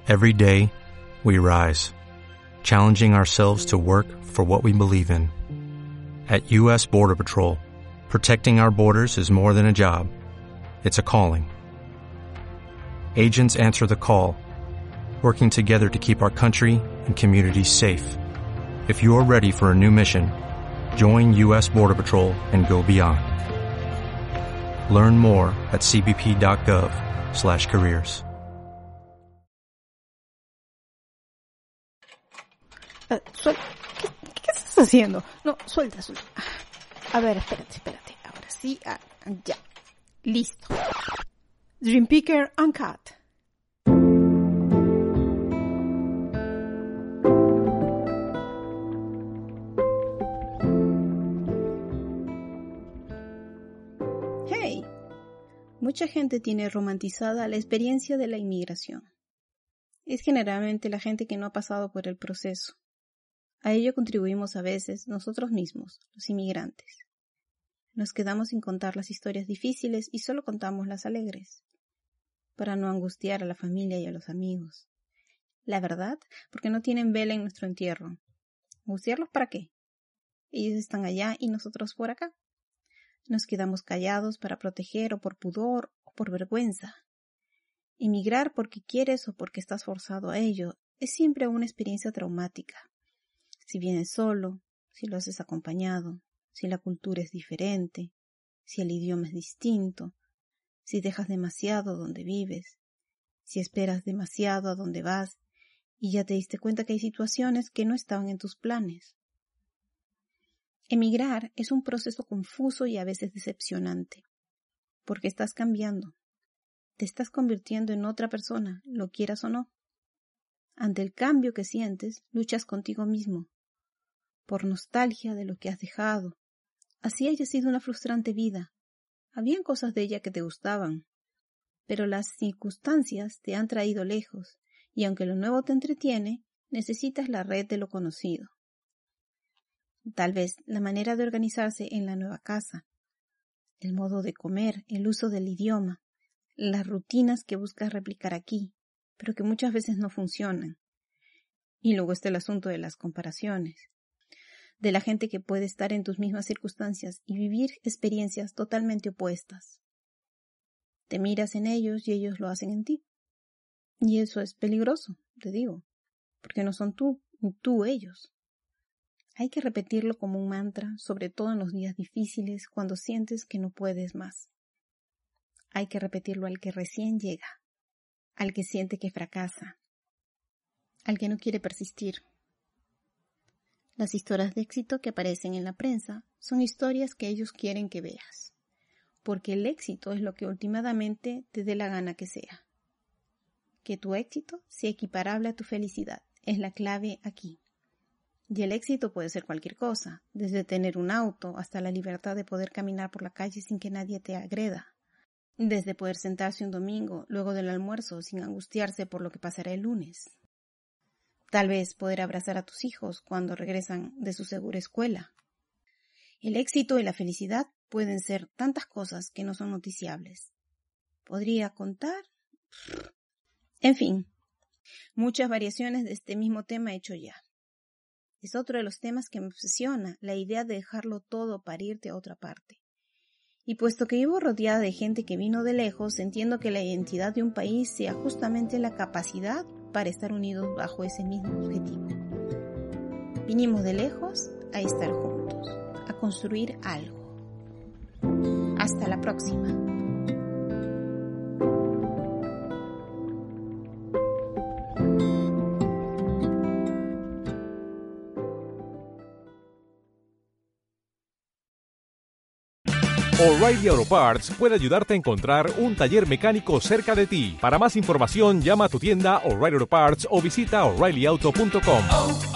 Every day, we rise, challenging ourselves to work for what we believe in. At U.S. Border Patrol, protecting our borders is more than a job. It's a calling. Agents answer the call, working together to keep our country and communities safe. If you're ready for a new mission, join U.S. Border Patrol and go beyond. Learn more at cbp.gov/careers. ¿Qué estás haciendo? No, suelta. A ver, espérate. Ahora sí, ya. Listo. Dream Picker Uncut. Hey, mucha gente tiene romantizada la experiencia de la inmigración. Es generalmente la gente que no ha pasado por el proceso. A ello contribuimos a veces nosotros mismos, los inmigrantes. Nos quedamos sin contar las historias difíciles y solo contamos las alegres, para no angustiar a la familia y a los amigos. La verdad, porque no tienen vela en nuestro entierro. ¿Angustiarlos para qué? Ellos están allá y nosotros por acá. Nos quedamos callados para proteger o por pudor o por vergüenza. Emigrar porque quieres o porque estás forzado a ello es siempre una experiencia traumática. Si vienes solo, si lo haces acompañado, si la cultura es diferente, si el idioma es distinto, si dejas demasiado donde vives, si esperas demasiado a donde vas y ya te diste cuenta que hay situaciones que no estaban en tus planes. Emigrar es un proceso confuso y a veces decepcionante, porque estás cambiando, te estás convirtiendo en otra persona, lo quieras o no. Ante el cambio que sientes, luchas contigo mismo, por nostalgia de lo que has dejado. Así haya sido una frustrante vida. Habían cosas de ella que te gustaban, pero las circunstancias te han traído lejos, y aunque lo nuevo te entretiene, necesitas la red de lo conocido. Tal vez la manera de organizarse en la nueva casa, el modo de comer, el uso del idioma, las rutinas que buscas replicar aquí, pero que muchas veces no funcionan. Y luego está el asunto de las comparaciones, de la gente que puede estar en tus mismas circunstancias y vivir experiencias totalmente opuestas. Te miras en ellos y ellos lo hacen en ti. Y eso es peligroso, te digo, porque no son tú ellos. Hay que repetirlo como un mantra, sobre todo en los días difíciles, cuando sientes que no puedes más. Hay que repetirlo al que recién llega, al que siente que fracasa, al que no quiere persistir. Las historias de éxito que aparecen en la prensa son historias que ellos quieren que veas, porque el éxito es lo que últimamente te dé la gana que sea. Que tu éxito sea equiparable a tu felicidad es la clave aquí. Y el éxito puede ser cualquier cosa, desde tener un auto hasta la libertad de poder caminar por la calle sin que nadie te agreda, desde poder sentarse un domingo luego del almuerzo sin angustiarse por lo que pasará el lunes. Tal vez poder abrazar a tus hijos cuando regresan de su segura escuela. El éxito y la felicidad pueden ser tantas cosas que no son noticiables. ¿Podría contar? En fin, muchas variaciones de este mismo tema he hecho ya. Es otro de los temas que me obsesiona, la idea de dejarlo todo para irte a otra parte. Y puesto que vivo rodeada de gente que vino de lejos, entiendo que la identidad de un país sea justamente la capacidad para estar unidos bajo ese mismo objetivo. Vinimos de lejos a estar juntos, a construir algo. Hasta la próxima. O'Reilly Auto Parts puede ayudarte a encontrar un taller mecánico cerca de ti. Para más información, llama a tu tienda O'Reilly Auto Parts o visita O'ReillyAuto.com.